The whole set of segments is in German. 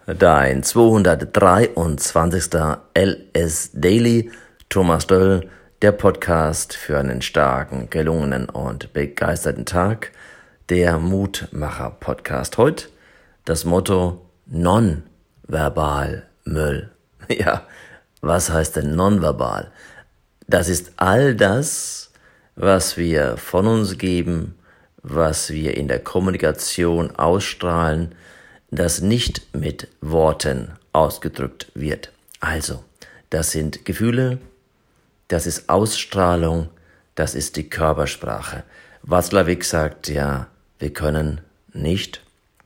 Dein 223. LS Daily, Thomas Döll, der Podcast für einen starken, gelungenen und begeisterten Tag, der Mutmacher-Podcast. Heute das Motto Nonverbal Müll. Ja, was heißt denn nonverbal? Das ist all das, was wir von uns geben, was wir in der Kommunikation ausstrahlen, das nicht mit Worten ausgedrückt wird. Also, das sind Gefühle, das ist Ausstrahlung, das ist die Körpersprache. Watzlawick sagt, ja, wir können nicht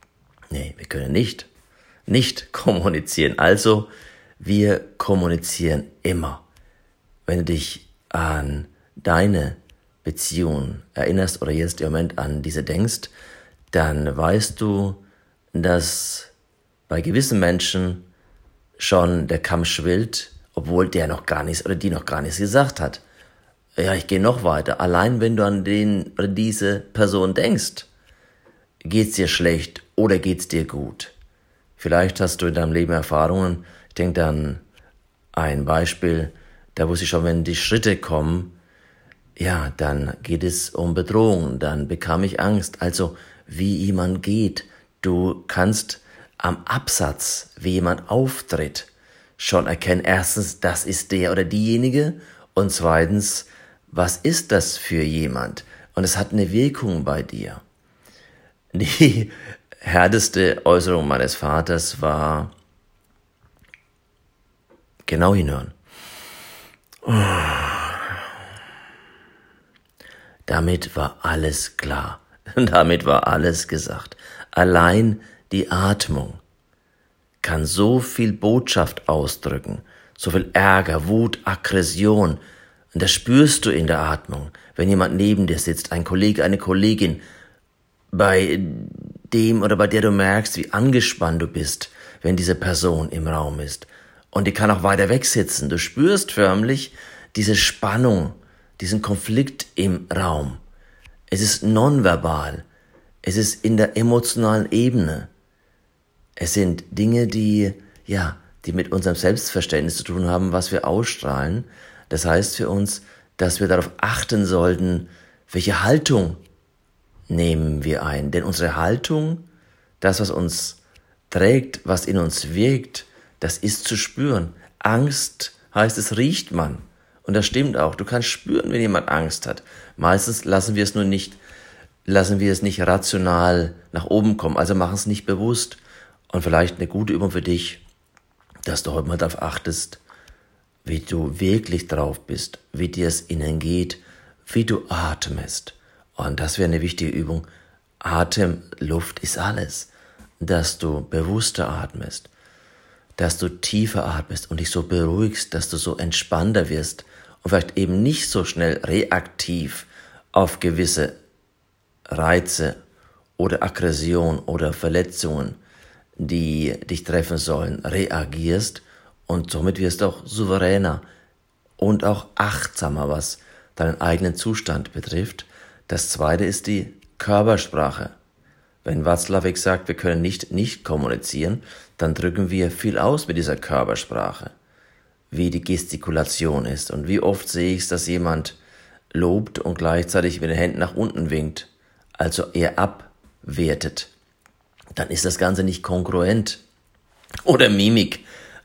kommunizieren. Also, wir kommunizieren immer. Wenn du dich an deine Beziehung erinnerst oder jetzt im Moment an diese denkst, dann weißt du, dass bei gewissen Menschen schon der Kamm schwillt, obwohl der noch gar nichts oder die noch gar nichts gesagt hat. Ja, ich gehe noch weiter. Allein wenn du an den oder diese Person denkst, geht's dir schlecht oder geht's dir gut? Vielleicht hast du in deinem Leben Erfahrungen. Ich denke an ein Beispiel, da wusste ich schon, wenn die Schritte kommen, ja, dann geht es um Bedrohung, dann bekam ich Angst. Also, wie jemand geht. Du kannst am Absatz, wie jemand auftritt, schon erkennen, erstens, das ist der oder diejenige und zweitens, was ist das für jemand? Und es hat eine Wirkung bei dir. Die härteste Äußerung meines Vaters war, genau hinhören. Damit war alles klar. Damit war alles gesagt. Allein die Atmung kann so viel Botschaft ausdrücken, so viel Ärger, Wut, Aggression. Und das spürst du in der Atmung. Wenn jemand neben dir sitzt, ein Kollege, eine Kollegin, bei dem oder bei der du merkst, wie angespannt du bist, wenn diese Person im Raum ist. Und die kann auch weiter weg sitzen. Du spürst förmlich diese Spannung, diesen Konflikt im Raum. Es ist nonverbal. Es ist in der emotionalen Ebene. Es sind Dinge, die mit unserem Selbstverständnis zu tun haben, was wir ausstrahlen. Das heißt für uns, dass wir darauf achten sollten, welche Haltung nehmen wir ein. Denn unsere Haltung, das, was uns trägt, was in uns wirkt, das ist zu spüren. Angst heißt, es riecht man. Und das stimmt auch. Du kannst spüren, wenn jemand Angst hat. Meistens lassen wir es nicht rational nach oben kommen, also machen es nicht bewusst. Und vielleicht eine gute Übung für dich, dass du heute mal darauf achtest, wie du wirklich drauf bist, wie dir es innen geht, wie du atmest. Und das wäre eine wichtige Übung. Atem, Luft ist alles. Dass du bewusster atmest, dass du tiefer atmest und dich so beruhigst, dass du so entspannter wirst und vielleicht eben nicht so schnell reaktiv auf gewisse Reize oder Aggression oder Verletzungen, die dich treffen sollen, reagierst und somit wirst du auch souveräner und auch achtsamer, was deinen eigenen Zustand betrifft. Das zweite ist die Körpersprache. Wenn Watzlawick sagt, wir können nicht kommunizieren, dann drücken wir viel aus mit dieser Körpersprache, wie die Gestikulation ist. Und wie oft sehe ich es, dass jemand lobt und gleichzeitig mit den Händen nach unten winkt, also eher abwertet. Dann ist das Ganze nicht kongruent. Oder Mimik.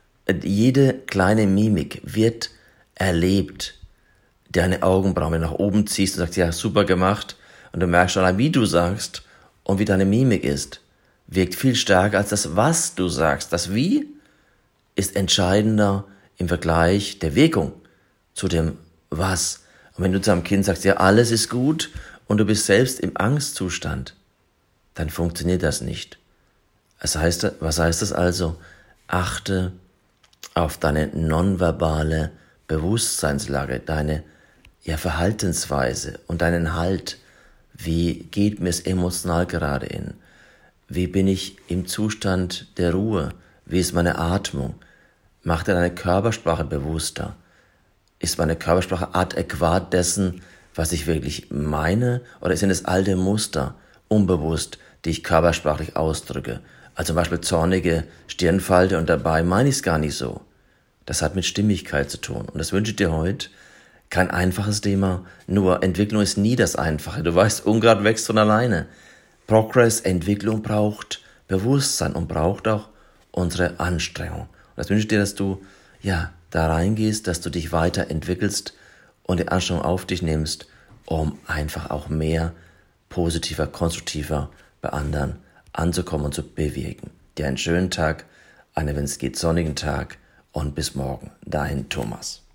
Jede kleine Mimik wird erlebt. Deine Augenbrauen nach oben ziehst und sagst, ja, super gemacht. Und du merkst allein, wie du sagst und wie deine Mimik ist, wirkt viel stärker als das, was du sagst. Das Wie ist entscheidender im Vergleich der Wirkung zu dem Was. Und wenn du zu einem Kind sagst, ja, alles ist gut und du bist selbst im Angstzustand, dann funktioniert das nicht. Was heißt das also? Achte auf deine nonverbale Bewusstseinslage, deine Verhaltensweise und deinen Halt. Wie geht mir es emotional gerade in? Wie bin ich im Zustand der Ruhe? Wie ist meine Atmung? Mach dir deine Körpersprache bewusster. Ist meine Körpersprache adäquat dessen, was ich wirklich meine? Oder sind es alte Muster, unbewusst, die ich körpersprachlich ausdrücke? Also zum Beispiel zornige Stirnfalte und dabei meine ich es gar nicht so. Das hat mit Stimmigkeit zu tun. Und das wünsche ich dir heute. Kein einfaches Thema, nur Entwicklung ist nie das Einfache. Du weißt, Unkraut wächst von alleine. Progress, Entwicklung braucht Bewusstsein und braucht auch unsere Anstrengung. Und das wünsche ich dir, dass du da reingehst, dass du dich weiterentwickelst und die Anstrengung auf dich nimmst, um einfach auch mehr positiver, konstruktiver bei anderen anzukommen und zu bewegen. Dir einen schönen Tag, einen, wenn es geht, sonnigen Tag und bis morgen. Dein Thomas.